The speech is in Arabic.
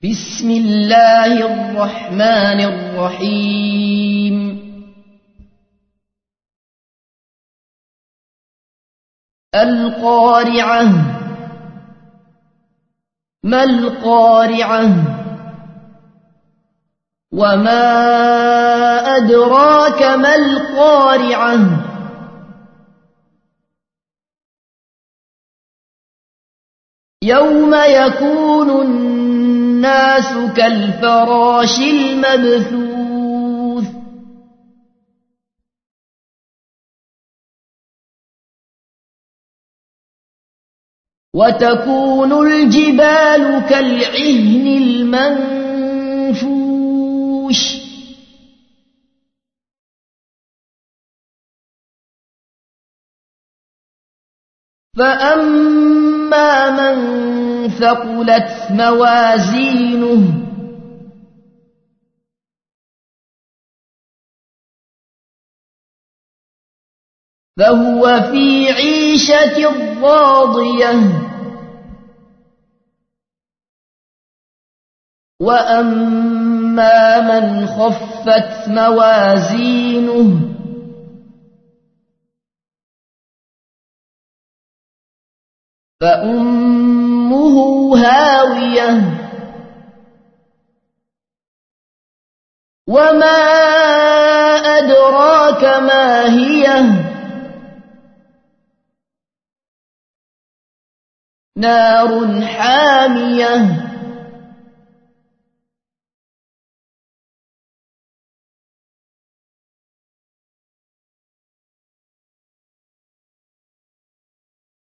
بسم الله الرحمن الرحيم القارعة ما القارعة وما أدراك ما القارعة يوم يكون الناس كالفراش المبثوث وتكون الجبال كالعهن المنفوش فأما من ثقلت موازينه فهو في عيشة راضية وأما من خفت موازينه فأمه هاوية وما أدراك ما هي نار حامية